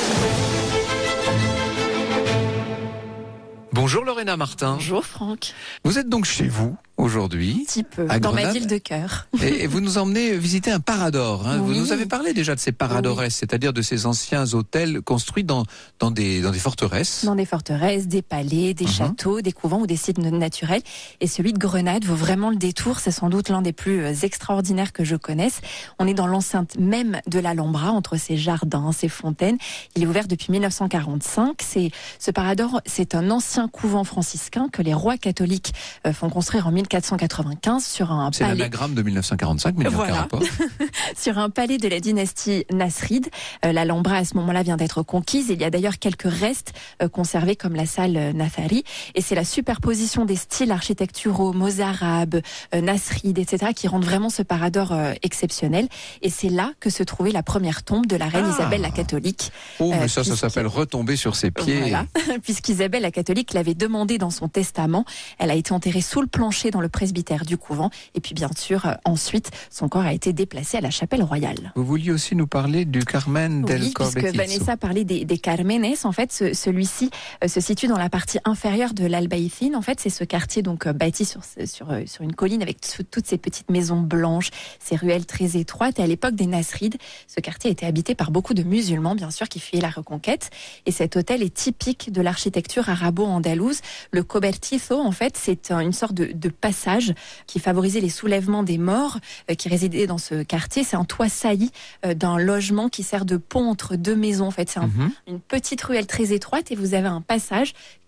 Bonjour Lorena Martin. Bonjour Franck. Vous êtes donc chez vous aujourd'hui. Un petit peu, à dans ma Grenade. ville de cœur. Et, et vous nous emmenez visiter un parador. Hein. Oui. Vous nous avez parlé déjà de ces paradores, Oui. c'est-à-dire de ces anciens hôtels construits dans, dans, des, dans des forteresses. Dans des forteresses, des palais, des Mhm. châteaux, des couvents ou des sites naturels. Et celui de Grenade vaut vraiment le détour. C'est sans doute l'un des plus euh, extraordinaires que je connaisse. On est dans l'enceinte même de l'Alhambra, entre ces jardins, ces fontaines. Il est ouvert depuis mille neuf cent quarante-cinq. C'est, ce parador, c'est un ancien couvent franciscain que les rois catholiques euh, font construire en mille quatre cent quatre-vingt-quinze sur un C'est palais. l'anagramme de mille neuf cent quarante-cinq, mais il n'y a aucun Voilà. rapport. Sur un palais de la dynastie Nasrid. Euh, L'Alhambra, à ce moment-là, vient d'être conquise. Il y a d'ailleurs quelques restes euh, conservés, comme la salle euh, Nathari. Et c'est la superposition des styles architecturaux, mozarabes, euh, Nasrid, et cetera, qui rendent vraiment ce parador euh, exceptionnel. Et c'est là que se trouvait la première tombe de la reine Ah. Isabelle la catholique. Oh, mais Euh, ça, ça puisqu'il- s'appelle retomber sur ses pieds. Voilà, puisqu'Isabelle la catholique l'avait demandé dans son testament. Elle a été enterrée sous le plancher dans le presbytère du couvent. Et puis bien sûr, euh, ensuite, son corps a été déplacé à la chapelle royale. Vous vouliez aussi nous parler du Carmen del Oui, puisque Corvetizzo. Vanessa parlait des, des Carmenes, en fait, ce- celui-ci euh, se situe dans la partie inférieure de l'Albaicín. En fait, c'est ce quartier donc euh, bâti sur, ce- sur, euh, sur une colline avec t- toutes ces petites maisons blanches, ces ruelles très étroites. Et à l'époque des Nasrides, ce quartier était habité par beaucoup de musulmans, bien sûr, qui fuyaient la reconquête. Et cet hôtel est typique de l'architecture arabo-andalouse. Le cobertizo, en fait, c'est un- une sorte de, de passage qui favorisait les soulèvements des morts euh, qui résidaient dans ce quartier. C'est un toit sailli euh, d'un logement qui sert de pont entre deux maisons. En fait, c'est un- Mhm. une petite ruelle très étroite et vous avez un passage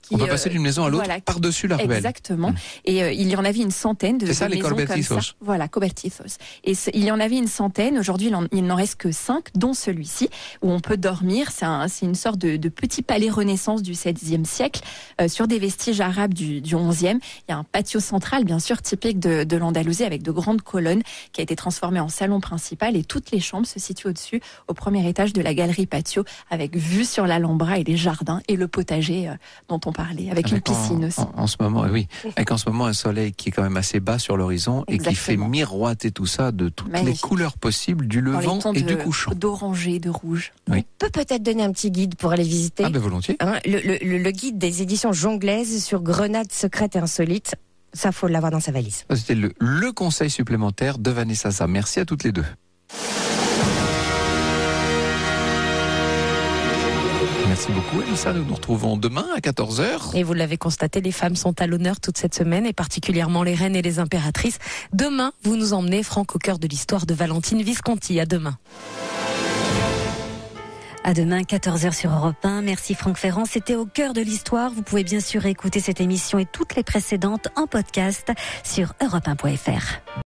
Qui, On peut passer d'une maison à l'autre voilà, par-dessus la ruelle. Exactement. Mmh. Et euh, il y en avait une centaine de, C'est ça, de les maisons comme cobertizos. ça. Voilà, cobertizos. Et il y en avait une centaine. Aujourd'hui, il, en, il n'en reste que cinq, dont celui-ci, où on peut dormir. C'est, un, c'est une sorte de, de petit palais Renaissance du seizième siècle, euh, sur des vestiges arabes du, du onzième. Il y a un patio central, bien sûr, typique de, de l'Andalousie, avec de grandes colonnes, qui a été transformé en salon principal. Et toutes les chambres se situent au-dessus, au premier étage de la galerie patio, avec vue sur l'Alhambra et les jardins et le potager euh, dont on parlait, avec, avec une piscine en, aussi. En, en ce moment, oui, avec en ce moment un soleil qui est quand même assez bas sur l'horizon. Exactement. Et qui fait miroiter tout ça de toutes Magnifique. Les couleurs possibles, du levant et de, du couchant. D'orangé, de rouge. Oui. On peut peut-être donner un petit guide pour aller visiter. Ah ben volontiers. Hein, le, le, le guide des éditions Jonglaises sur Grenade secrète et insolite. Ça, faut l'avoir dans sa valise. C'était le, le conseil supplémentaire de Vanessa Sa. Merci à toutes les deux. Merci beaucoup, Elissa. Nous nous retrouvons demain à quatorze heures. Et vous l'avez constaté, les femmes sont à l'honneur toute cette semaine, et particulièrement les reines et les impératrices. Demain, vous nous emmenez, Franck, au cœur de l'histoire de Valentine Visconti. À demain. À demain, quatorze heures sur Europe un. Merci Franck Ferrand. C'était au cœur de l'histoire. Vous pouvez bien sûr écouter cette émission et toutes les précédentes en podcast sur europe un point f r.